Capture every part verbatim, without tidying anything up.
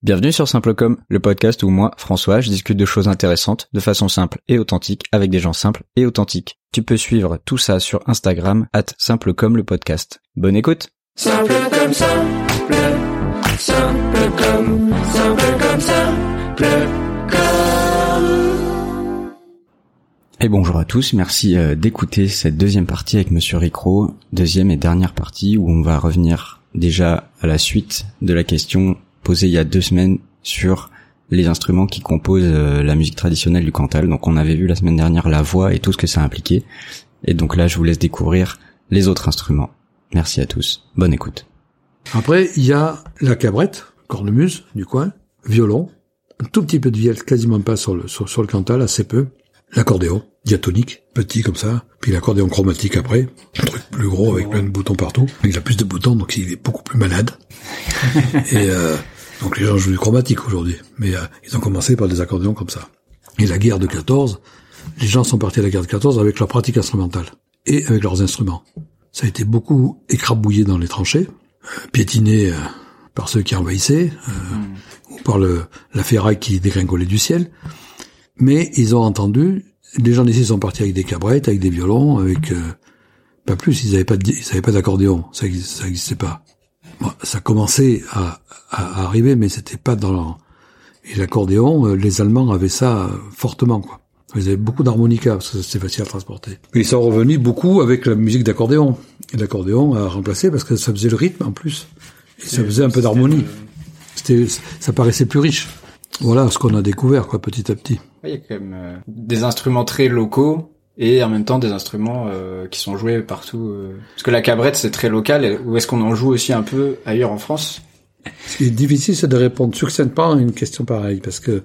Bienvenue sur Simplecom, le podcast où moi, François, je discute de choses intéressantes, de façon simple et authentique, avec des gens simples et authentiques. Tu peux suivre tout ça sur Instagram, arobase Simplecom le podcast. Bonne écoute! Simple comme simple, simple comme, simple comme simple comme. Et bonjour à tous, merci euh, d'écouter cette deuxième partie avec Monsieur Ricro, deuxième et dernière partie où on va revenir déjà à la suite de la question posée il y a deux semaines sur les instruments qui composent euh, la musique traditionnelle du Cantal. Donc on avait vu la semaine dernière la voix et tout ce que ça impliquait. Et donc là je vous laisse découvrir les autres instruments. Merci à tous, bonne écoute. Après il y a la cabrette, cornemuse du coin, violon, un tout petit peu de vielle, quasiment pas sur le, sur, sur le Cantal, assez peu. L'accordéon, diatonique, petit comme ça, puis l'accordéon chromatique après, un truc plus gros avec plein de boutons partout. Il a plus de boutons, donc il est beaucoup plus malade. Et euh, donc les gens jouent du chromatique aujourd'hui, mais euh, ils ont commencé par des accordéons comme ça. Et la guerre de quatorze, les gens sont partis à la guerre de quatorze avec leur pratique instrumentale et avec leurs instruments. Ça a été beaucoup écrabouillé dans les tranchées, euh, piétiné euh, par ceux qui envahissaient, euh, mmh. ou par le la ferraille qui dégringolait du ciel. Mais ils ont entendu, les gens d'ici sont partis avec des cabrettes, avec des violons, avec euh, pas plus. Ils n'avaient pas, de, ils avaient pas d'accordéon, ça, ça n'existait pas. Bon, ça commençait à, à, à arriver, mais c'était pas dans. Leur... Et l'accordéon, les Allemands avaient ça fortement, quoi. Ils avaient beaucoup d'harmonica parce que c'était facile à transporter. Mais ils sont revenus beaucoup avec la musique d'accordéon. Et l'accordéon a remplacé parce que ça faisait le rythme en plus. Et ça faisait un peu d'harmonie. C'était, ça paraissait plus riche. Voilà ce qu'on a découvert, quoi, petit à petit. Il y a quand même euh, des instruments très locaux et en même temps des instruments euh, qui sont joués partout. Euh... Parce que la cabrette, c'est très local. Ou est-ce qu'on en joue aussi un peu ailleurs en France? Ce qui est difficile, c'est de répondre succinctement à une question pareille, parce que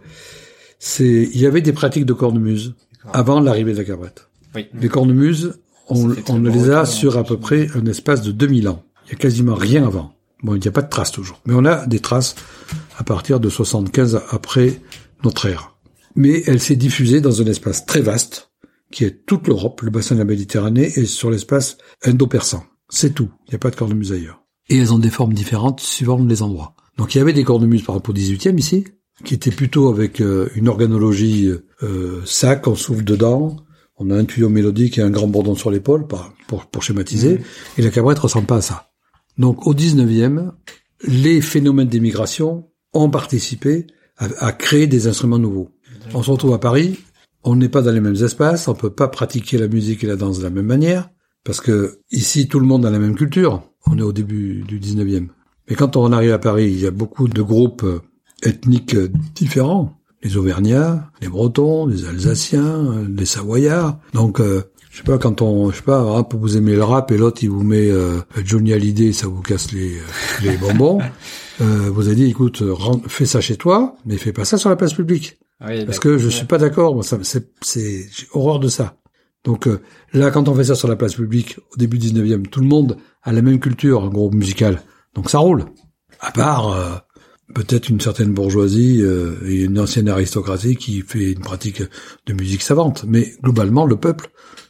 c'est, il y avait des pratiques de cornemuse avant l'arrivée de la cabrette. Oui. Les cornemuses, on, on les a sur à peu près un espace de deux mille ans. Il y a quasiment rien avant. Bon, il n'y a pas de traces toujours, mais on a des traces à partir de soixante-quinze après notre ère. Mais elle s'est diffusée dans un espace très vaste, qui est toute l'Europe, le bassin de la Méditerranée, et sur l'espace indo-persan. C'est tout. Il n'y a pas de cornemuse ailleurs. Et elles ont des formes différentes suivant les endroits. Donc il y avait des cornemuses par rapport au dix-huitième ici, qui étaient plutôt avec euh, une organologie euh, sac, on souffle dedans, on a un tuyau mélodique et un grand bourdon sur l'épaule, pour, pour, pour schématiser, mmh. Et la cabrette ressemble pas à ça. Donc au dix-neuvième, les phénomènes d'émigration ont participé à, à créer des instruments nouveaux. On se retrouve à Paris, on n'est pas dans les mêmes espaces, on peut pas pratiquer la musique et la danse de la même manière, parce que ici tout le monde a la même culture, on est au début du dix-neuvième. Mais quand on arrive à Paris, il y a beaucoup de groupes ethniques différents, les Auvergnats, les Bretons, les Alsaciens, les Savoyards, donc... Euh, Je sais pas, quand on, je sais pas, rap, vous aimez le rap et l'autre il vous met euh, Johnny Hallyday, ça vous casse les euh, les bonbons. Euh, vous avez dit, écoute, rend, fais ça chez toi, mais fais pas ça sur la place publique. Oui, parce que je suis pas d'accord, moi, ça, c'est, c'est, j'ai horreur de ça. Donc euh, là, quand on fait ça sur la place publique, au début du dix-neuvième, tout le monde a la même culture, un groupe musical, donc ça roule. À part euh, peut-être une certaine bourgeoisie euh, et une ancienne aristocratie qui fait une pratique de musique savante, mais globalement, le peuple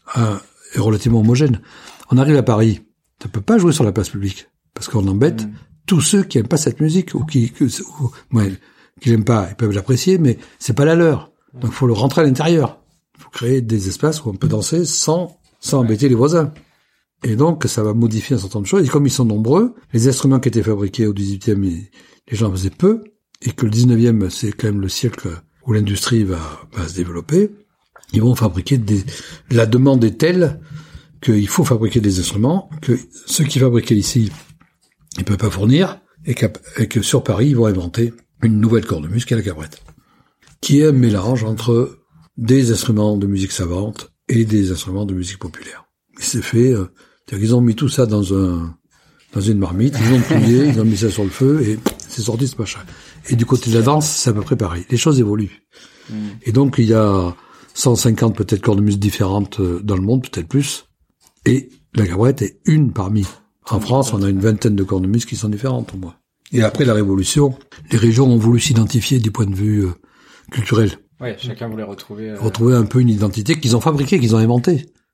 est relativement homogène. On arrive à Paris, tu peux pas jouer sur la place publique parce qu'on embête mmh. tous ceux qui aiment pas cette musique ou qui ou, ou, ouais, qui l'aiment pas, ils peuvent l'apprécier, mais c'est pas la leur. Donc il faut le rentrer à l'intérieur. Il faut créer des espaces où on peut danser sans sans embêter les voisins. Et donc ça va modifier un certain nombre de choses. Et comme ils sont nombreux, les instruments qui étaient fabriqués au dix-huitième, les gens en faisaient peu, et que le dix-neuvième c'est quand même le siècle où l'industrie va va se développer. Ils vont fabriquer des... La demande est telle qu'il faut fabriquer des instruments, que ceux qui fabriquaient ici, ils peuvent pas fournir, et, et que sur Paris, ils vont inventer une nouvelle cornemuse qui est la cabrette, qui est un mélange entre des instruments de musique savante et des instruments de musique populaire. Il s'est fait... Euh, ils ont mis tout ça dans un dans une marmite, ils ont plié, ils ont mis ça sur le feu, et c'est sorti ce machin. Et du côté de la danse, c'est à peu près pareil. Les choses évoluent. Mmh. Et donc, il y a... cent cinquante peut-être cornemuses différentes dans le monde, peut-être plus, et la cabrette est une parmi. En France, on a une vingtaine de cornemuses qui sont différentes, au moins. Et après la Révolution, les régions ont voulu s'identifier du point de vue euh, culturel. Ouais, chacun voulait retrouver... Euh... Retrouver un peu une identité qu'ils ont fabriquée, qu'ils ont inventée.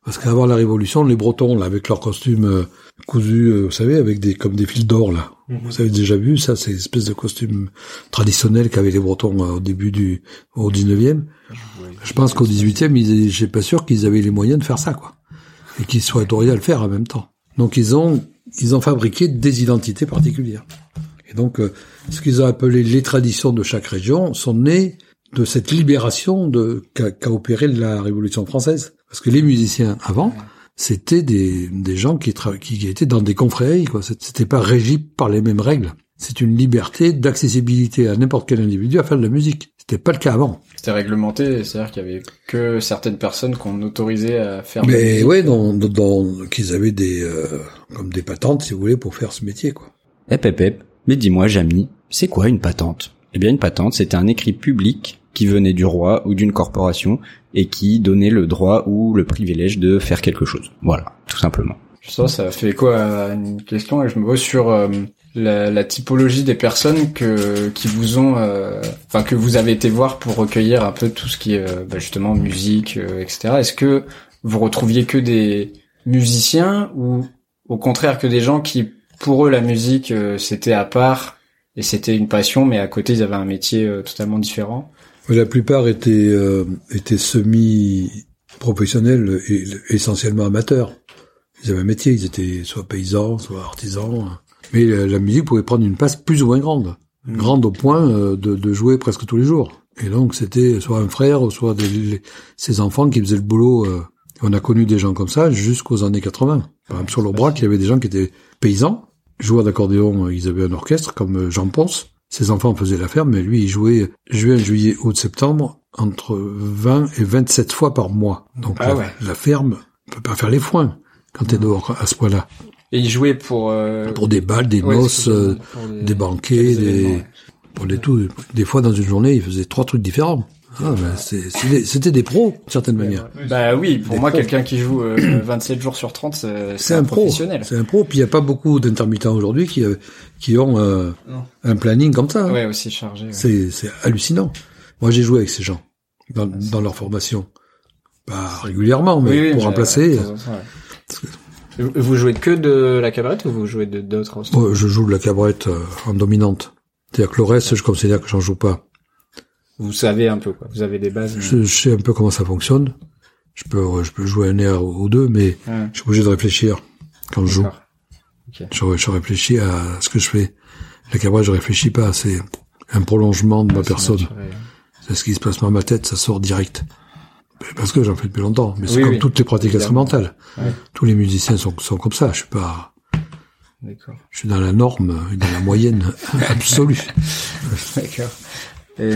Parce qu'avant la Révolution, les Bretons, là, avec leurs costumes euh, cousus, euh, vous savez, avec des comme des fils d'or, là. Mm-hmm. Vous avez déjà vu ça, c'est une espèce de costume traditionnel qu'avaient les Bretons euh, au début du au dix-neuvième. Oui, je pense qu'au dix-huitième, ils, je suis pas sûr qu'ils avaient les moyens de faire ça, quoi, et qu'ils soient autorisés à le faire en même temps. Donc ils ont ils ont fabriqué des identités particulières. Et donc, euh, ce qu'ils ont appelé les traditions de chaque région sont nées de cette libération de qu'a, qu'a opéré la Révolution française. Parce que les musiciens avant, c'était des des gens qui tra- qui, qui étaient dans des confréries, quoi. C'était pas régi par les mêmes règles. C'est une liberté d'accessibilité à n'importe quel individu à faire de la musique. C'était pas le cas avant. C'était réglementé, c'est-à-dire qu'il y avait que certaines personnes qu'on autorisait à faire. Mais ouais, dans, dans, dans qu'ils avaient des euh, comme des patentes, si vous voulez, pour faire ce métier, quoi. Hep hep hep. Mais dis-moi, Jamy, c'est quoi une patente ? Eh bien, une patente, c'était un écrit public qui venait du roi ou d'une corporation et qui donnait le droit ou le privilège de faire quelque chose. Voilà, tout simplement. Ça, ça fait écho à une question et je me pose sur euh, la, la typologie des personnes que qui vous ont, euh, enfin que vous avez été voir pour recueillir un peu tout ce qui est euh, bah, justement musique, euh, et cetera. Est-ce que vous retrouviez que des musiciens ou au contraire que des gens qui, pour eux, la musique euh, c'était à part et c'était une passion, mais à côté ils avaient un métier euh, totalement différent? La plupart étaient euh, étaient semi-professionnels et essentiellement amateurs. Ils avaient un métier, ils étaient soit paysans, soit artisans. Mais la, la musique pouvait prendre une place plus ou moins grande. Mmh. Grande au point euh, de, de jouer presque tous les jours. Et donc c'était soit un frère, ou soit des, les, ses enfants qui faisaient le boulot. Euh, on a connu des gens comme ça jusqu'aux années quatre-vingts. Par exemple, sur l'Aubrac, il y avait des gens qui étaient paysans, joueurs d'accordéon, ils avaient un orchestre, comme Jean Ponce. Ses enfants faisaient l'affaire, mais lui, il jouait juin, juillet, août, septembre, entre vingt et vingt-sept fois par mois. Donc ah la, ouais. la ferme ne peut pas faire les foins quand t'es dehors à ce point-là. Et il jouait pour... Euh... Pour des balles, des ouais, noces, euh, des... des banquets, des... des... Ouais. Pour les tout. Des fois, dans une journée, il faisait trois trucs différents. Ah, ben, c'est, c'était, c'était des pros, d'une certaine manière. Bah oui, pour des moi, pros. Quelqu'un qui joue euh, vingt-sept jours sur trente, c'est, c'est, c'est un, un pro, professionnel. C'est un pro. Puis il y a pas beaucoup d'intermittents aujourd'hui qui euh, qui ont euh, un planning comme ça. Ouais, hein. Aussi chargé. Ouais. C'est c'est hallucinant. Moi, j'ai joué avec ces gens dans dans leur formation, pas régulièrement, mais oui, oui, pour remplacer. Ouais. Vous jouez que de la cabrette ou vous jouez de d'autres instruments? Ouais, je joue de la cabrette euh, en dominante. C'est-à-dire que le reste, je considère que j'en joue pas. Vous savez un peu, quoi. Vous avez des bases. Mais... Je, je sais un peu comment ça fonctionne. Je peux, je peux jouer un air ou deux, mais ouais. Je suis obligé de réfléchir quand je joue. Okay. Je, je réfléchis à ce que je fais. La cabrette, je réfléchis pas. C'est un prolongement de ma c'est personne. Naturel. C'est ce qui se passe dans ma tête, ça sort direct. Parce que j'en fais depuis longtemps. Mais c'est oui, comme oui. toutes les pratiques Évidemment. instrumentales. Ouais. Tous les musiciens sont, sont comme ça. Je suis pas... D'accord. Je suis dans la norme, dans la moyenne absolue. D'accord. Et,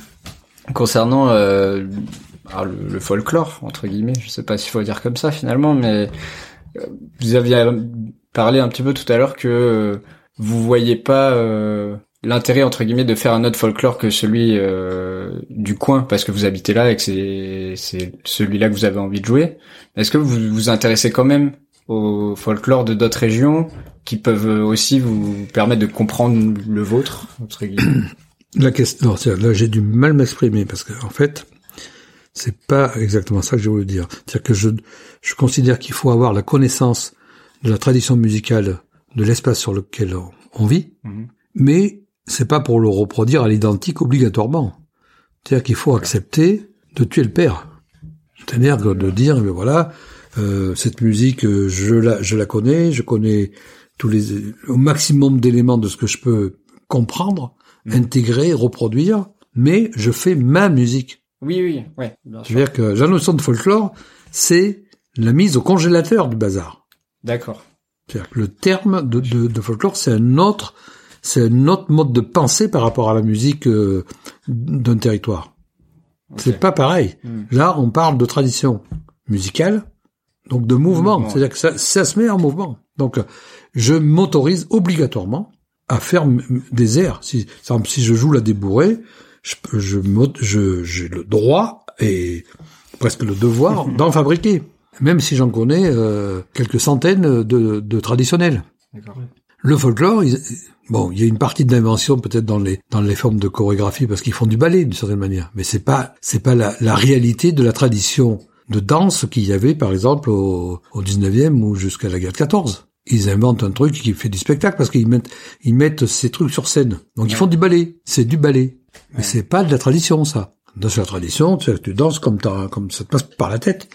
concernant euh, alors le, le folklore entre guillemets, je sais pas s'il faut le dire comme ça finalement, mais euh, vous aviez parlé un petit peu tout à l'heure que euh, vous voyez pas euh, l'intérêt entre guillemets de faire un autre folklore que celui euh, du coin parce que vous habitez là et que c'est c'est celui-là que vous avez envie de jouer. Est-ce que vous vous intéressez quand même au folklore de d'autres régions qui peuvent aussi vous permettre de comprendre le vôtre entre guillemets? La question, non, là, j'ai du mal m'exprimer parce que, en fait, c'est pas exactement ça que je voulais dire. C'est-à-dire que je, je considère qu'il faut avoir la connaissance de la tradition musicale de l'espace sur lequel on, on vit, mmh. mais c'est pas pour le reproduire à l'identique obligatoirement. C'est-à-dire qu'il faut accepter de tuer le père. C'est-à-dire de dire, mais voilà, euh, cette musique, je la, je la connais, je connais tous les, au maximum d'éléments de ce que je peux comprendre, intégrer, reproduire, mais je fais ma musique. Oui, oui, ouais. C'est-à-dire que la notion de folklore, c'est la mise au congélateur du bazar. D'accord. C'est-à-dire que le terme de, de, de folklore, c'est un autre, c'est un autre mode de pensée par rapport à la musique euh, d'un territoire. Okay. C'est pas pareil. Mm. Là, on parle de tradition musicale, donc de mouvement. mouvement. C'est-à-dire que ça, ça se met en mouvement. Donc, je m'autorise obligatoirement à faire des airs. Si, par exemple, si je joue la débourrée, je, je, je, j'ai le droit et presque le devoir d'en fabriquer, même si j'en connais euh, quelques centaines de, de traditionnels. D'accord. Le folklore, il, bon, il y a une partie d'invention peut-être dans les dans les formes de chorégraphie parce qu'ils font du ballet d'une certaine manière, mais c'est pas c'est pas la, la réalité de la tradition de danse qu'il y avait, par exemple, au, au dix-neuvième ou jusqu'à la guerre de quatorze. Ils inventent un truc qui fait du spectacle parce qu'ils mettent, ils mettent ces trucs sur scène. Donc, ouais. Ils font du ballet. C'est du ballet. Ouais. Mais c'est pas de la tradition, ça. Dans la tradition, tu, tu danses comme t'as, comme ça te passe par la tête.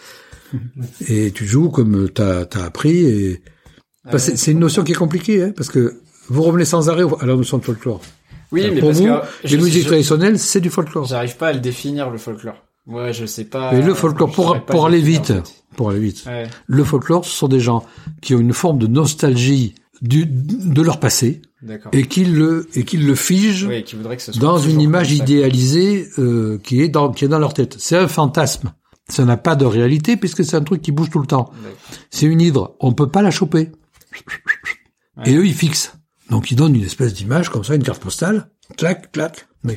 Et tu joues comme t'as, t'as appris et, ah, c'est, ouais, c'est une notion qui est compliquée, hein, parce que vous revenez sans arrêt à la notion de folklore. Oui, alors, mais pour parce vous, que les musiques je, traditionnelles, c'est du folklore. J'arrive pas à le définir, le folklore. Ouais, je sais pas. Mais le folklore, pour, pour aller vite, en fait. pour aller vite. Ouais. Le folklore, ce sont des gens qui ont une forme de nostalgie du, de leur passé. D'accord. Et qui le, et qui le figent oui, qui que ce soit dans une image idéalisée, euh, qui est dans, qui est dans leur tête. C'est un fantasme. Ça n'a pas de réalité puisque c'est un truc qui bouge tout le temps. D'accord. C'est une hydre. On peut pas la choper. Ouais. Et eux, ils fixent. Donc, ils donnent une espèce d'image comme ça, une carte postale. Clac, clac. Mais,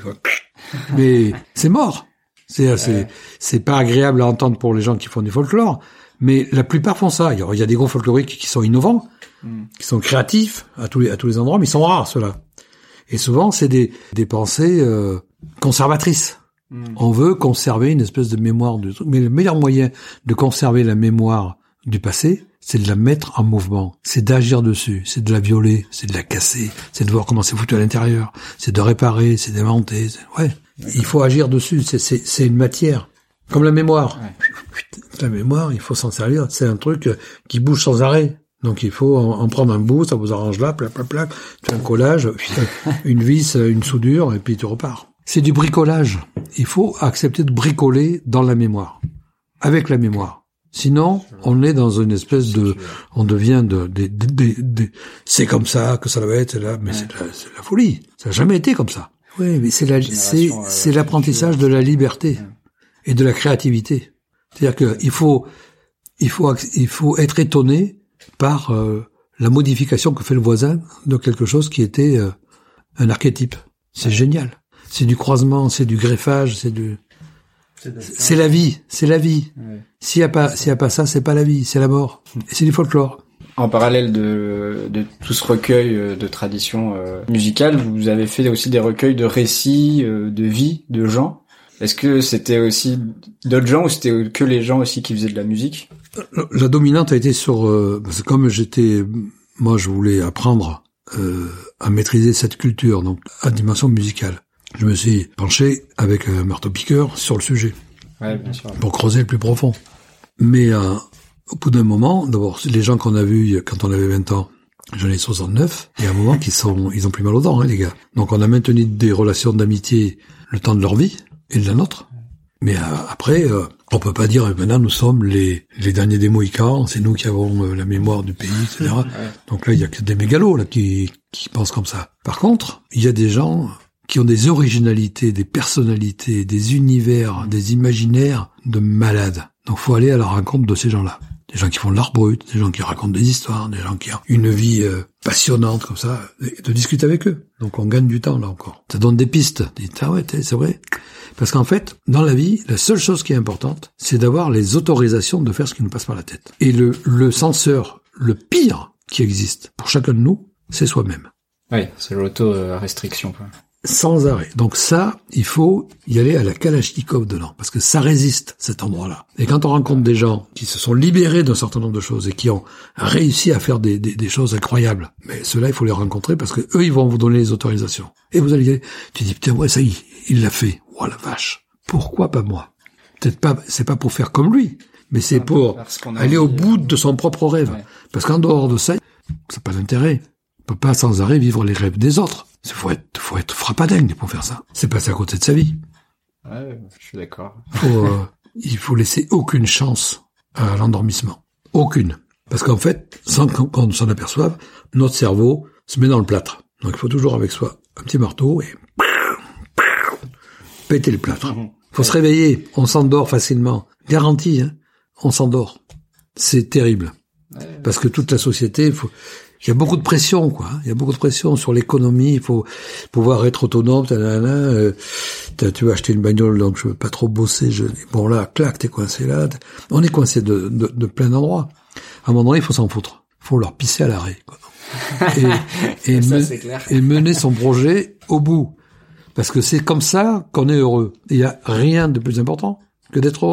mais c'est mort. C'est, ouais. c'est, c'est pas agréable à entendre pour les gens qui font du folklore. Mais la plupart font ça. Il y a des groupes folkloriques qui sont innovants, mm. qui sont créatifs à tous les, à tous les endroits, mais ils sont rares, ceux-là. Et souvent, c'est des, des pensées, euh, conservatrices. Mm. On veut conserver une espèce de mémoire du truc. Mais le meilleur moyen de conserver la mémoire du passé, c'est de la mettre en mouvement, c'est d'agir dessus, c'est de la violer, c'est de la casser, c'est de voir comment c'est foutu à l'intérieur, c'est de réparer, c'est d'inventer, c'est... ouais. D'accord. Il faut agir dessus, c'est, c'est, c'est une matière. Comme la mémoire. Ouais. La mémoire, il faut s'en servir, c'est un truc qui bouge sans arrêt. Donc il faut en, en prendre un bout, ça vous arrange là, plac, plac, plac, tu fais un collage, une vis, une soudure, et puis tu repars. C'est du bricolage. Il faut accepter de bricoler dans la mémoire. Avec la mémoire. Sinon, on est dans une espèce de, on devient de, de, de, de, de c'est comme ça que ça doit être, là, mais ouais. c'est, de la, c'est de la folie. Ça n'a jamais été comme ça. Oui, mais c'est la, c'est, euh, c'est l'apprentissage de la liberté ouais. et de la créativité. C'est-à-dire que il faut, il faut, il faut être étonné par euh, la modification que fait le voisin de quelque chose qui était euh, un archétype. C'est ouais. génial. C'est du croisement, c'est du greffage, c'est du. C'est la vie, c'est la vie. Ouais. S'il y a pas, s'il y a pas ça, c'est pas la vie, c'est la mort. Et c'est du folklore. En parallèle de, de tout ce recueil de traditions euh, musicales, vous avez fait aussi des recueils de récits, euh, de vie, de gens. Est-ce que c'était aussi d'autres gens ou c'était que les gens aussi qui faisaient de la musique? La dominante a été sur, euh, parce que comme j'étais, moi je voulais apprendre euh, à maîtriser cette culture, donc à dimension musicale. Je me suis penché avec un marteau-piqueur sur le sujet. Ouais, bien sûr. Pour creuser le plus profond. Mais euh, au bout d'un moment, d'abord, les gens qu'on a vus quand on avait vingt ans, j'en ai soixante-neuf, il y a un moment qu'ils sont, ils ont pris mal aux dents, hein, les gars. Donc on a maintenu des relations d'amitié le temps de leur vie et de la nôtre. Mais euh, après, euh, on peut pas dire maintenant nous sommes les les derniers des Mohicans, c'est nous qui avons euh, la mémoire du pays, et cetera. Ouais. Donc là, il y a que des mégalos là qui qui pensent comme ça. Par contre, il y a des gens qui ont des originalités, des personnalités, des univers, des imaginaires de malades. Donc faut aller à la rencontre de ces gens-là. Des gens qui font de l'art brut, des gens qui racontent des histoires, des gens qui ont une vie euh, passionnante comme ça, et de discuter avec eux. Donc on gagne du temps là encore. Ça donne des pistes. Dis, ah ouais, c'est vrai. Parce qu'en fait, dans la vie, la seule chose qui est importante, c'est d'avoir les autorisations de faire ce qui nous passe par la tête. Et le, le censeur, le pire qui existe pour chacun de nous, c'est soi-même. Oui, c'est l'auto-restriction, quoi. Sans arrêt. Donc ça, il faut y aller à la Kalachnikov dedans, parce que ça résiste, cet endroit-là. Et quand on rencontre des gens qui se sont libérés d'un certain nombre de choses et qui ont réussi à faire des, des, des choses incroyables, mais ceux-là, il faut les rencontrer parce que eux, ils vont vous donner les autorisations. Et vous allez y aller. Tu dis, putain, ouais, ça y est, il l'a fait. Oh la vache. Pourquoi pas moi? Peut-être pas, c'est pas pour faire comme lui, mais c'est pour aller au bout de son propre rêve. Ouais. Parce qu'en dehors de ça, ça n'a pas d'intérêt. On peut pas sans arrêt vivre les rêves des autres. Il faut être, faut être frappadingue pour faire ça. C'est passer à côté de sa vie. Ouais, je suis d'accord. Faut, euh, il faut laisser aucune chance à l'endormissement. Aucune. Parce qu'en fait, sans qu'on s'en aperçoive, notre cerveau se met dans le plâtre. Donc il faut toujours avec soi un petit marteau et péter le plâtre. Faut ouais. se réveiller. On s'endort facilement. Garantie, hein. On s'endort. C'est terrible. Ouais. Parce que toute la société, faut, il y a beaucoup de pression, quoi. Il y a beaucoup de pression sur l'économie. Il faut pouvoir être autonome. Euh, tu veux acheter une bagnole, donc je veux pas trop bosser. Je, bon là, clac, t'es coincé là. On est coincé de, de, de plein d'endroits. À un moment donné, il faut s'en foutre. Il faut leur pisser à l'arrêt, quoi. Et, et, ça, me, c'est clair. et mener son projet au bout. Parce que c'est comme ça qu'on est heureux. Il y a rien de plus important que d'être heureux.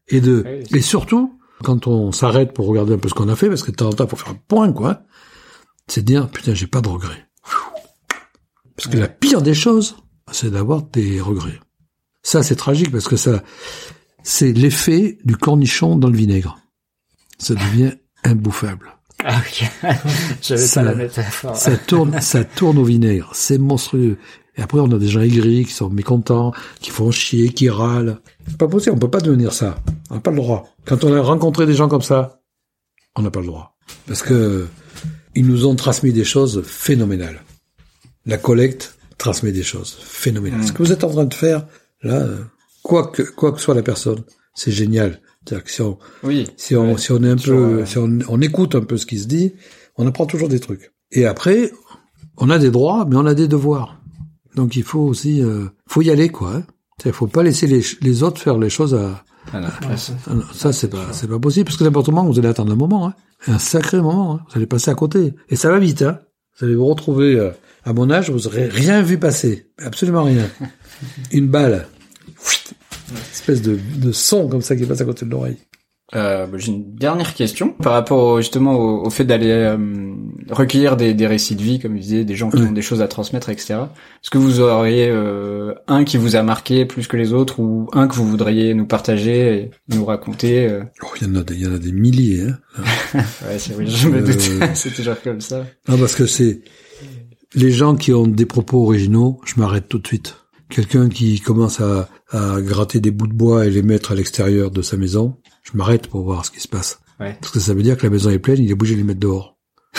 Et de, Oui, et surtout, quand on s'arrête pour regarder un peu ce qu'on a fait, parce que de temps en temps, faut faire un point, quoi, c'est de dire, putain, j'ai pas de regrets. Parce que Ouais. la pire des choses, c'est d'avoir des regrets. Ça, c'est tragique, parce que ça, c'est l'effet du cornichon dans le vinaigre. Ça devient imbouffable. Ah, ok. J'avais Ça- pas la métaphore. Ça tourne, ça tourne au vinaigre. C'est monstrueux. Et après, on a des gens aigris, qui sont mécontents, qui font chier, qui râlent. C'est pas possible. On peut pas devenir ça. On n'a pas le droit. Quand on a rencontré des gens comme ça, on n'a pas le droit. Parce que, ils nous ont transmis des choses phénoménales. La collecte transmet des choses phénoménales. Mmh. Ce que vous êtes en train de faire, là, euh, quoi que, quoi que soit la personne, c'est génial. C'est-à-dire que si on, Oui. si on, Ouais. si on est un Sur, peu, euh, si on, on écoute un peu ce qui se dit, on apprend toujours des trucs. Et après, on a des droits, mais on a des devoirs. Donc il faut aussi, euh, faut y aller, quoi. Hein. Il faut pas laisser les, les autres faire les choses à, À la place. ah non, ça c'est pas, c'est pas possible, parce que n'importe moment, vous allez attendre un moment, hein. Un sacré moment, hein. Vous allez passer à côté. Et ça va vite, hein. Vous allez vous retrouver, euh, à mon âge, vous aurez rien vu passer. Absolument rien. Une balle. Une espèce de, de son comme ça qui passe à côté de l'oreille. Euh, bah, j'ai une dernière question par rapport au, justement au, au fait d'aller euh, recueillir des, des récits de vie, comme vous disiez, des gens qui Ouais. ont des choses à transmettre, et cetera. Est-ce que vous auriez euh, un qui vous a marqué plus que les autres, ou un que vous voudriez nous partager et nous raconter euh... Oh, il y en a des, il y en a des milliers, hein. Ouais, c'est oui, je me Euh, doute. C'est toujours comme ça. Non, parce que c'est les gens qui ont des propos originaux, je m'arrête tout de suite. Quelqu'un qui commence à, à gratter des bouts de bois et les mettre à l'extérieur de sa maison, je m'arrête pour voir ce qui se passe. Ouais. Parce que ça veut dire que la maison est pleine, il est obligé de les mettre dehors.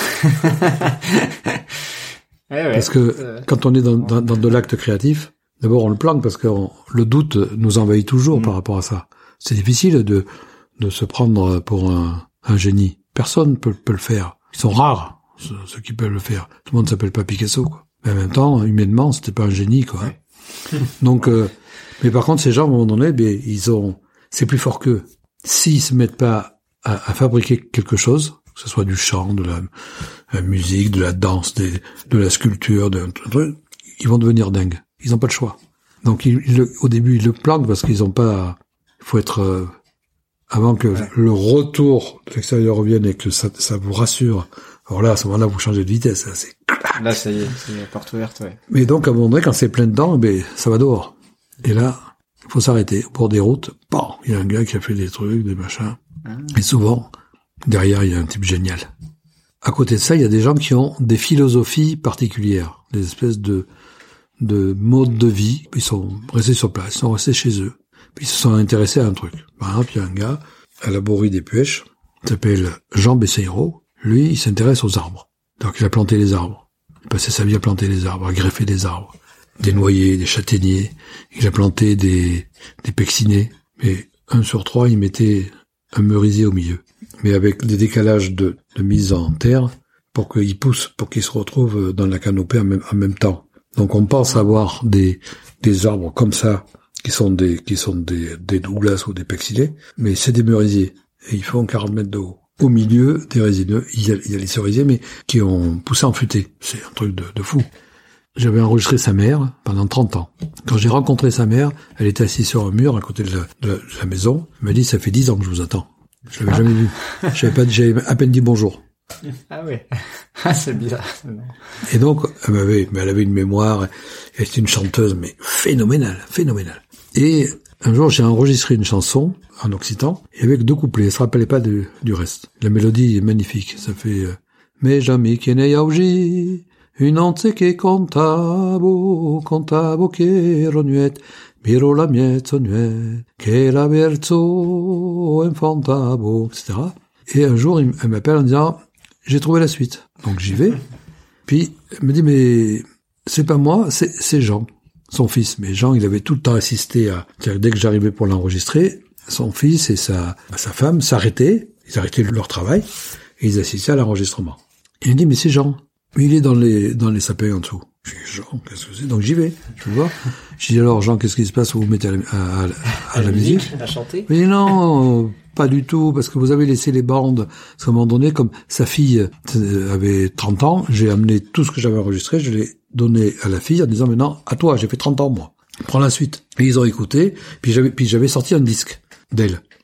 Ouais, ouais. Parce que Euh, quand on est dans, dans, dans de l'acte créatif, d'abord on le planque parce que on- le doute nous envahit toujours Mm. par rapport à ça. C'est difficile de, de se prendre pour un, un génie. Personne peut, peut le faire. Ils sont rares, ceux, ceux qui peuvent le faire. Tout le monde s'appelle pas Picasso, quoi. Mais en même temps, humainement, c'était pas un génie, quoi. Ouais. Donc, euh, mais par contre, ces gens, à un moment donné, ben, ils ont, c'est plus fort qu'eux. S'ils se mettent pas à, à fabriquer quelque chose, que ce soit du chant, de la, la musique, de la danse, des, de la sculpture, de, de- ils vont devenir dingues. Ils n'ont pas le choix. Donc, ils, ils le- au début, ils le planquent parce qu'ils ont pas. Il faut être euh, avant que Ouais. le retour de l'extérieur revienne et que ça, ça vous rassure. Alors là, à ce moment-là, vous changez de vitesse. Là, c'est... Là, ça y est, c'est la porte ouverte, ouais. Mais donc, à un moment donné, quand c'est plein dedans, ben, ça va dehors. Et là, il faut s'arrêter. Au bord des routes, bon, il y a un gars qui a fait des trucs, des machins. Ah. Et souvent, derrière, il y a un type génial. À côté de ça, il y a des gens qui ont des philosophies particulières, des espèces de, de modes de vie. Ils sont restés sur place, ils sont restés chez eux. Puis ils se sont intéressés à un truc. Par exemple, il y a un gars, à la Borie des Puèches, il s'appelle Jean Besseiro. Lui, il s'intéresse aux arbres. Donc, il a planté les arbres. Il passait sa vie à planter les arbres, à greffer des arbres. Des noyers, des châtaigniers. Il a planté des, des peccinés. Mais un sur trois, il mettait un merisier au milieu. Mais avec des décalages de, de mise en terre pour qu'il pousse, pour qu'il se retrouve dans la canopée en même, en même temps. Donc on pense avoir des, des arbres comme ça, qui sont des, qui sont des, des Douglas ou des peccinés, mais c'est des merisiers. Et ils font quarante mètres de haut. Au milieu des résineux, il y a, il y a les cerisiers, mais qui ont poussé en futaie. C'est un truc de, de fou. J'avais enregistré sa mère pendant trente ans. Quand j'ai rencontré sa mère, elle était assise sur un mur à côté de la, de la, de la maison. Elle m'a dit, ça fait dix ans que je vous attends. Je l'avais jamais vu. J'avais pas, j'avais à peine dit bonjour. Ah ouais. Ah, c'est bizarre. Et donc, elle m'avait, mais elle avait une mémoire, elle était une chanteuse, mais phénoménale, phénoménale. Et un jour, j'ai enregistré une chanson en occitan, et avec deux couplets, elle se rappelait pas du, du reste. La mélodie est magnifique, ça fait, euh, mais jamais che ne augi, une once che contavo, contavo che ronuet, miro la miezzo nuet, che la verso infantavo, et cetera. Et un jour, elle m'appelle en disant, j'ai trouvé la suite. Donc j'y vais. Puis, elle me dit, mais c'est pas moi, c'est, c'est Jean, son fils. Mais Jean, il avait tout le temps assisté à, dès que j'arrivais pour l'enregistrer, son fils et sa, sa femme s'arrêtaient, ils arrêtaient leur travail, et ils assistaient à l'enregistrement. Et il me dit, mais c'est Jean. Mais il est dans les, dans les sapins en dessous. Je dis, Jean, qu'est-ce que c'est? Donc j'y vais, je le vois. Je dis, alors Jean, qu'est-ce qui se passe? Vous vous mettez à la, à, à, à la musique? À chanter? Mais non, pas du tout, parce que vous avez laissé les bandes. Parce qu'à un moment donné, comme sa fille avait trente ans, j'ai amené tout ce que j'avais enregistré, je l'ai donné à la fille en disant, maintenant, à toi, j'ai fait trente ans, moi. Prends la suite. Et ils ont écouté, puis j'avais, puis j'avais sorti un disque d'elle.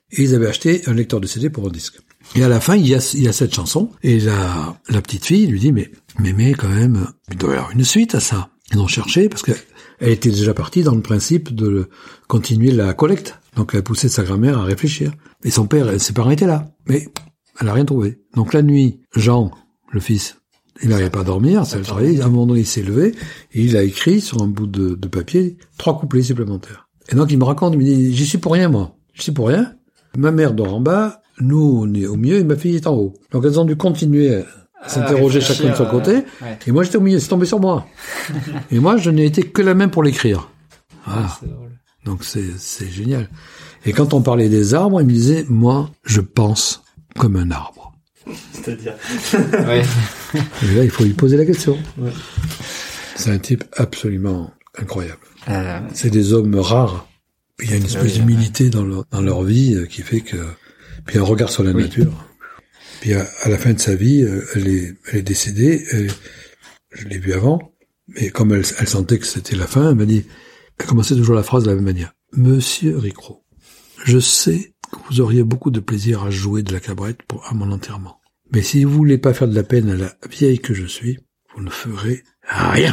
Et ils avaient acheté un lecteur de C D pour un disque. Et à la fin, il y a, il y a cette chanson, et la, la petite fille lui dit, mais, mais, mais quand même, il doit y avoir une suite à ça. Ils ont cherché, parce que elle était déjà partie dans le principe de continuer la collecte. Donc elle a poussé sa grand-mère à réfléchir. Et son père, ses parents étaient là. Mais elle n'a rien trouvé. Donc la nuit, Jean, le fils, il n'arrivait pas à dormir, ça le travaillait. À un moment donné, il s'est levé, et il a écrit sur un bout de, de papier trois couplets supplémentaires. Et donc il me raconte, il me dit, j'y suis pour rien, moi. J'y suis pour rien. Ma mère dort en bas, nous on est au milieu et ma fille est en haut. Donc elles ont dû continuer à s'interroger chacun de son côté. Euh, ouais. Et moi j'étais au milieu, c'est tombé sur moi. Et moi je n'ai été que la main pour l'écrire. Voilà. Ah, c'est drôle. Donc c'est, c'est génial. Et quand on parlait des arbres, il me disait, moi je pense comme un arbre. C'est-à-dire ouais. Et là il faut lui poser la question. Ouais. C'est un type absolument incroyable. Euh... C'est des hommes rares. Il y a une espèce oui, d'humilité ouais. dans leur, dans leur vie qui fait que, puis un regard sur la oui. nature. Puis à, à la fin de sa vie, elle est, elle est décédée. Elle, je l'ai vue avant, mais comme elle, elle sentait que c'était la fin, elle m'a dit, elle commençait toujours la phrase de la même manière. Monsieur Ricrot, je sais que vous auriez beaucoup de plaisir à jouer de la cabrette pour, à mon enterrement. Mais si vous voulez pas faire de la peine à la vieille que je suis, vous ne ferez rien.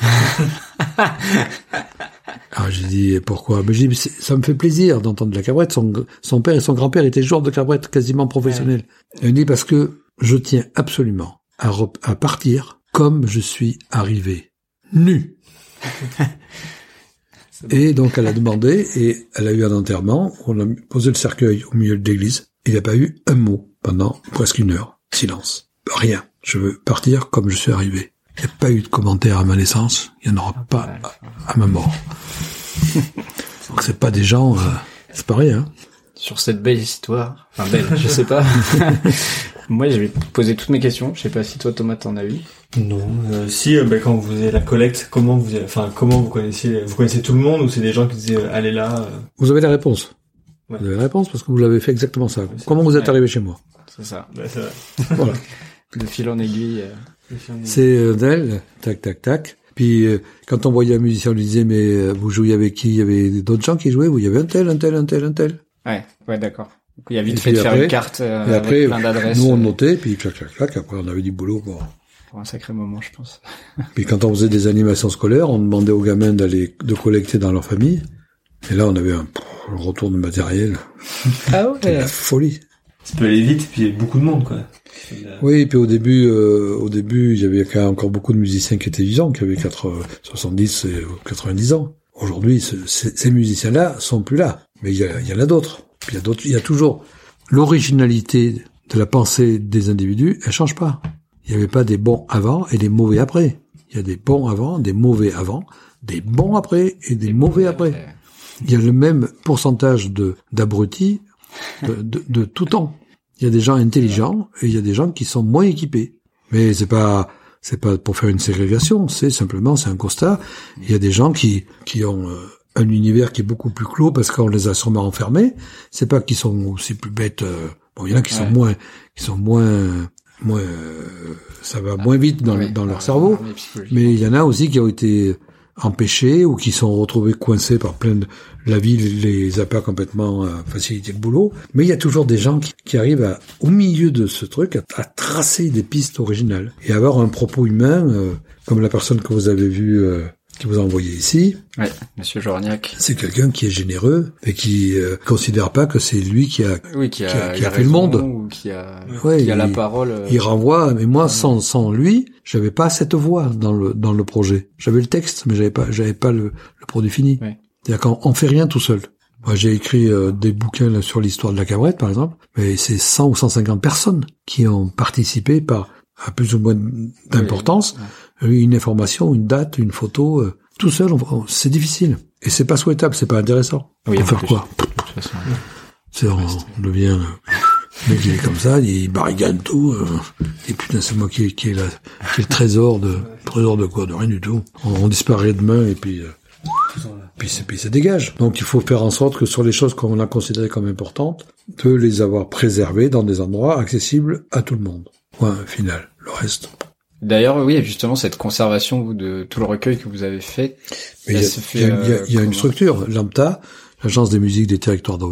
Alors j'ai dit pourquoi? Mais j'ai dit ça me fait plaisir d'entendre de la cabrette. Son, son père et son grand-père étaient joueurs de cabrette quasiment professionnels. Ouais. Il dit parce que je tiens absolument à, rep- à partir comme je suis arrivé, nu. Et donc elle a demandé et elle a eu un enterrement. On a posé le cercueil au milieu de l'église. Il n'y a pas eu un mot pendant presque une heure. Silence. Rien. Je veux partir comme je suis arrivé. Il n'y a pas eu de commentaires à ma naissance, il n'y en aura pas à, à ma mort. Donc c'est pas des gens, euh, c'est pas rien. Hein. Sur cette belle histoire, enfin belle, je sais pas. Moi, je vais poser toutes mes questions. Je sais pas si toi, Thomas, t'en as eu. Non. Euh, si, euh, bah, quand vous faisiez la collecte, comment vous, enfin, comment vous connaissiez, vous connaissez tout le monde ou c'est des gens qui disaient, euh, allez là. Euh... Vous avez la réponse. Ouais. Vous avez la réponse parce que vous l'avez fait exactement ça. Ouais, comment vous êtes ouais. arrivé chez moi? C'est ça. Bah, c'est vrai. Voilà. De fil en aiguille. Euh... C'est euh, d'elle, tac, tac, tac. Puis euh, quand on voyait un musicien, on lui disait, mais euh, vous jouiez avec qui? Il y avait d'autres gens qui jouaient, ou il y avait un tel, un tel, un tel, un tel. Ouais, ouais, d'accord. Donc, il y a vite fait de faire une carte euh, et après, avec plein d'adresses. Nous, on notait, puis clac, clac, clac, après on avait du boulot pour... Pour un sacré moment, je pense. Puis quand on faisait des animations scolaires, on demandait aux gamins d'aller, de collecter dans leur famille. Et là, on avait un, pff, un retour de matériel. Ah ouais. C'était la folie. Ça peut aller vite, puis il y a beaucoup de monde, quoi. Oui, et puis au début, euh, au début, il y avait encore beaucoup de musiciens qui étaient vivants, qui avaient quatre, soixante-dix et quatre-vingt-dix ans. Aujourd'hui, ce, ces, ces musiciens-là sont plus là. Mais il y, a, il y en a d'autres. Puis il y a d'autres, il y a toujours l'originalité de la pensée des individus, elle change pas. Il n'y avait pas des bons avant et des mauvais après. Il y a des bons avant, des mauvais avant, des bons après et des, des mauvais après. après. Il y a le même pourcentage de, d'abrutis de, de, de tout temps. Il y a des gens intelligents et il y a des gens qui sont moins équipés. Mais c'est pas, c'est pas pour faire une ségrégation, c'est simplement, c'est un constat. Il y a des gens qui, qui ont euh, un univers qui est beaucoup plus clos parce qu'on les a sûrement enfermés. C'est pas qu'ils sont aussi plus bêtes. Euh, bon, il y en a qui ouais. sont moins, qui sont moins, moins, euh, ça va moins vite dans, oui, dans leur cerveau. Mais il y en a aussi qui ont été empêchés ou qui sont retrouvés coincés par plein de... La vie les a pas complètement euh, facilité le boulot. Mais il y a toujours des gens qui, qui arrivent à, au milieu de ce truc, à, à tracer des pistes originales et avoir un propos humain, euh, comme la personne que vous avez vue, euh, qui vous a envoyé ici. Ouais, Monsieur Jorniak. C'est quelqu'un qui est généreux et qui euh, considère pas que c'est lui qui a, oui, qui a, qui a, qui a, a fait le monde. Ou qui a, ouais, qui a il, la parole. Euh... Il renvoie, mais moi, sans, sans lui, j'avais pas cette voix dans le, dans le projet. J'avais le texte, mais j'avais pas, j'avais pas le, le produit fini. Ouais. C'est-à-dire qu'on on fait rien tout seul. Moi, j'ai écrit euh, des bouquins là, sur l'histoire de la cabrette, par exemple, mais c'est cent ou cent cinquante personnes qui ont participé par, à plus ou moins d'importance, oui, oui. Une information, une date, une photo, euh, tout seul, on, on, c'est difficile. Et c'est pas souhaitable, c'est pas intéressant. Oui, pour faire quoi? De toute façon. C'est, on, on devient, euh, il est comme ça, il barricade tout, euh, et putain, c'est moi qui ai, qui est la, qui est le trésor de, trésor de quoi? De rien du tout. On, on disparaît demain, et puis, euh, Puis, c'est, puis ça dégage. Donc il faut faire en sorte que sur les choses qu'on a considérées comme importantes, de les avoir préservées dans des endroits accessibles à tout le monde. Point final. Le reste. D'ailleurs, oui, justement, cette conservation vous, de tout le recueil que vous avez fait, il y a, se fait, y a, y a, euh, y a une structure. L'A M T A, l'Agence des musiques des territoires d'Auvergne,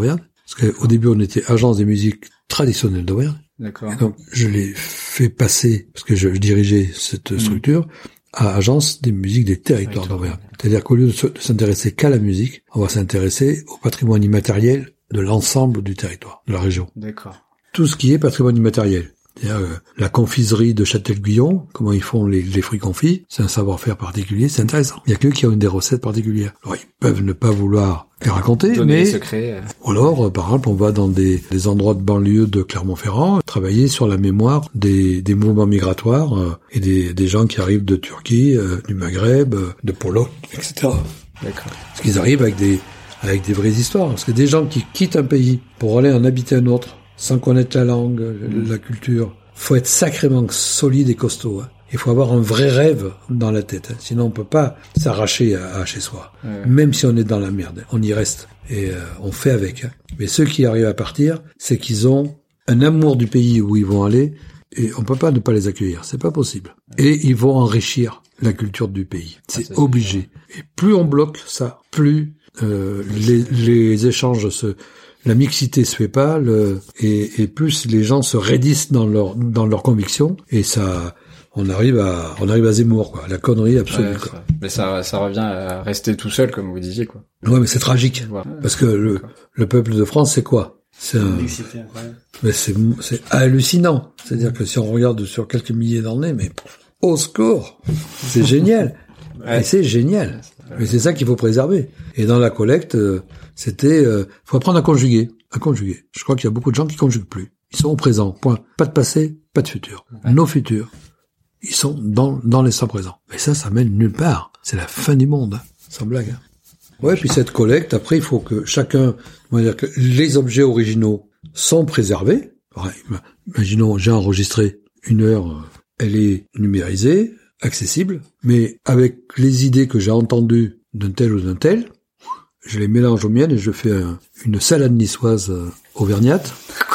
Parce qu'au début, on était agence des musiques traditionnelles d'Auvergne. D'accord. Et donc, je l'ai fait passer, parce que je, je dirigeais cette mmh. structure, à agence des musiques des territoires d'Auvergne. C'est-à-dire qu'au lieu de, se, de s'intéresser qu'à la musique, on va s'intéresser au patrimoine immatériel de l'ensemble du territoire, de la région. D'accord. Tout ce qui est patrimoine immatériel. C'est-à-dire euh, la confiserie de Châtel-Guyon, comment ils font les, les fruits confits, c'est un savoir-faire particulier, c'est intéressant. Il y a qu'eux qui ont des recettes particulières. Alors ils peuvent ne pas vouloir les raconter, donner mais les secrets. Ou alors, euh, par exemple, on va dans des, des endroits de banlieue de Clermont-Ferrand travailler sur la mémoire des, des mouvements migratoires euh, et des, des gens qui arrivent de Turquie, euh, du Maghreb, euh, de Pologne, et cetera. D'accord. Parce qu'ils arrivent avec des avec des vraies histoires. Parce que des gens qui quittent un pays pour aller en habiter un autre, sans connaître la langue, mmh. la culture, faut être sacrément solide et costaud. Hein. Il faut avoir un vrai rêve dans la tête. Hein. Sinon, on peut pas s'arracher à, à chez soi. Ouais. Même si on est dans la merde, on y reste. Et euh, on fait avec. Hein. Mais ceux qui arrivent à partir, c'est qu'ils ont un amour du pays où ils vont aller. Et on peut pas ne pas les accueillir. C'est pas possible. Ouais. Et ils vont enrichir la culture du pays. C'est, ah, c'est obligé. Et plus on bloque ça, plus euh, les, les échanges se... La mixité se fait pas, le, et, et plus les gens se raidissent dans leur dans leurs convictions, et ça, on arrive à on arrive à Zemmour, quoi, la connerie absolue. Ouais, quoi. Mais ça ça revient à rester tout seul, comme vous disiez, quoi. Ouais, mais c'est tragique, ouais. Parce que le le peuple de France, c'est quoi? C'est un, mixité incroyable. Mais c'est c'est hallucinant. C'est-à-dire que si on regarde sur quelques milliers d'années, mais au secours, c'est génial. Ouais. Et c'est génial. Mais c'est ça qu'il faut préserver. Et dans la collecte, euh, c'était, euh, faut apprendre à conjuguer, à conjuguer. Je crois qu'il y a beaucoup de gens qui conjuguent plus. Ils sont au présent. Point. Pas de passé, pas de futur. Ouais. Nos futurs, ils sont dans dans l'instant présent. Mais ça, ça mène nulle part. C'est la fin du monde, hein. Sans blague. Hein. Ouais. Puis cette collecte, après, il faut que chacun, on va dire que les objets originaux sont préservés. Ouais, imaginons, j'ai enregistré une heure, elle est numérisée, accessible, mais avec les idées que j'ai entendues d'un tel ou d'un tel, je les mélange aux miennes et je fais un, une salade niçoise euh, auvergnate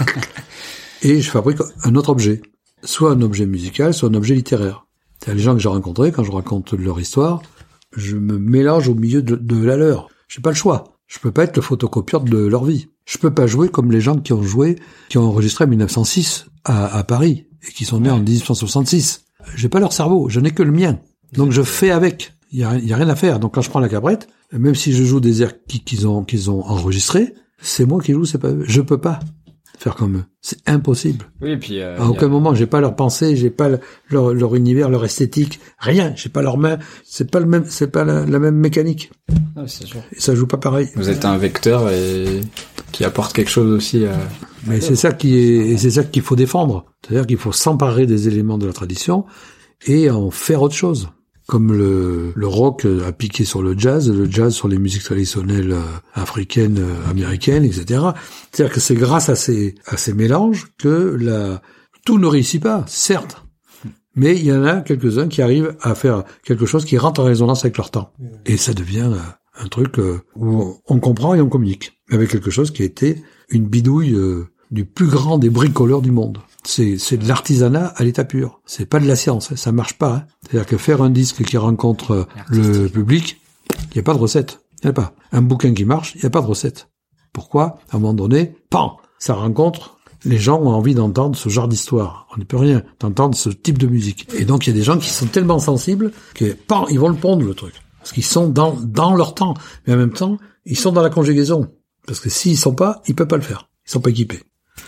et je fabrique un autre objet, soit un objet musical, soit un objet littéraire. C'est les gens que j'ai rencontrés, quand je raconte leur histoire, je me mélange au milieu de, de la leur. J'ai pas le choix. Je peux pas être le photocopieur de leur vie. Je peux pas jouer comme les gens qui ont joué, qui ont enregistré en mille neuf cent six à, à Paris et qui sont nés en dix-huit cent soixante-six. J'ai pas leur cerveau, je n'ai que le mien. Donc je fais avec. Il y a, y a rien à faire. Donc quand je prends la cabrette, même si je joue des airs qu'ils ont, qu'ils ont enregistrés, c'est moi qui joue, c'est pas eux. Je peux pas faire comme eux. C'est impossible. Oui, et puis, euh, à aucun a... moment, j'ai pas leur pensée, j'ai pas le, leur, leur univers, leur esthétique, rien. J'ai pas leurs mains. C'est pas le même, c'est pas la, la même mécanique. Ah, c'est sûr. Et ça joue pas pareil. Vous êtes un vecteur et qui apporte quelque chose aussi à... Mais c'est ça qui est, et c'est ça qu'il faut défendre. C'est-à-dire qu'il faut s'emparer des éléments de la tradition et en faire autre chose. Comme le, le rock a piqué sur le jazz, le jazz sur les musiques traditionnelles africaines, américaines, et cetera. C'est-à-dire que c'est grâce à ces, à ces mélanges que la, tout ne réussit pas, certes. Mais il y en a quelques-uns qui arrivent à faire quelque chose qui rentre en résonance avec leur temps. Et ça devient un truc où on comprend et on communique. Avec quelque chose qui a été une bidouille du plus grand des bricoleurs du monde. C'est, c'est de l'artisanat à l'état pur. C'est pas de la science, ça marche pas. Hein. C'est-à-dire que faire un disque qui rencontre le public, il n'y a pas de recette. Il n'y a pas. Un bouquin qui marche, il n'y a pas de recette. Pourquoi? À un moment donné, pan, ça rencontre. Les gens ont envie d'entendre ce genre d'histoire. On ne peut rien d'entendre ce type de musique. Et donc il y a des gens qui sont tellement sensibles que pan, ils vont le pondre le truc. Parce qu'ils sont dans dans leur temps. Mais en même temps, ils sont dans la conjugaison. Parce que s'ils sont pas, ils peuvent pas le faire. Ils sont pas équipés.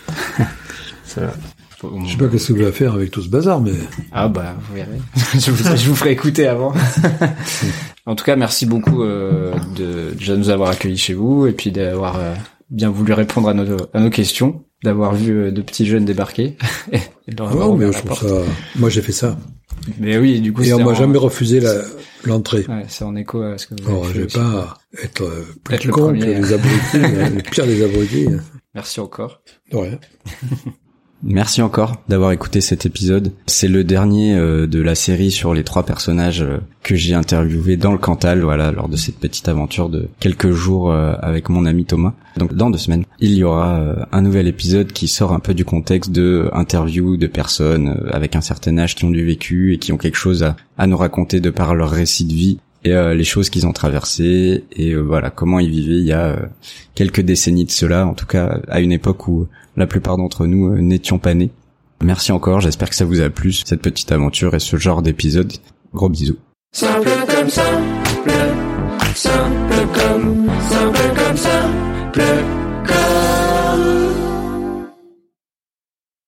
C'est vrai. Je sais pas ce que vous voulez faire avec tout ce bazar, mais... Ah bah, vous verrez. je, vous, je vous ferai écouter avant. En tout cas, merci beaucoup euh, de déjà nous avoir accueillis chez vous et puis d'avoir euh, bien voulu répondre à nos, à nos questions, d'avoir vu euh, de petits jeunes débarquer. et de leur avoir ouais, mais je trouve ça... Moi, j'ai fait ça. Mais oui, du coup... Et on m'a en... jamais refusé la, l'entrée. Ouais, c'est en écho à ce que vous Alors, avez je vais aussi. pas être euh, plus être con le que premier. les abrutis, le pire des abrutis. Merci encore. Ouais. Merci encore d'avoir écouté cet épisode. C'est le dernier euh, de la série sur les trois personnages euh, que j'ai interviewés dans le Cantal, voilà, lors de cette petite aventure de quelques jours euh, avec mon ami Thomas. Donc dans deux semaines, il y aura euh, un nouvel épisode qui sort un peu du contexte de interviews de personnes euh, avec un certain âge qui ont du vécu et qui ont quelque chose à, à nous raconter de par leur récit de vie et euh, les choses qu'ils ont traversées et euh, voilà comment ils vivaient il y a euh, quelques décennies de cela, en tout cas à une époque où la plupart d'entre nous euh, n'étions pas nés. Merci encore, j'espère que ça vous a plu cette petite aventure et ce genre d'épisode. Gros bisous. Simple comme simple, simple comme, simple comme simple.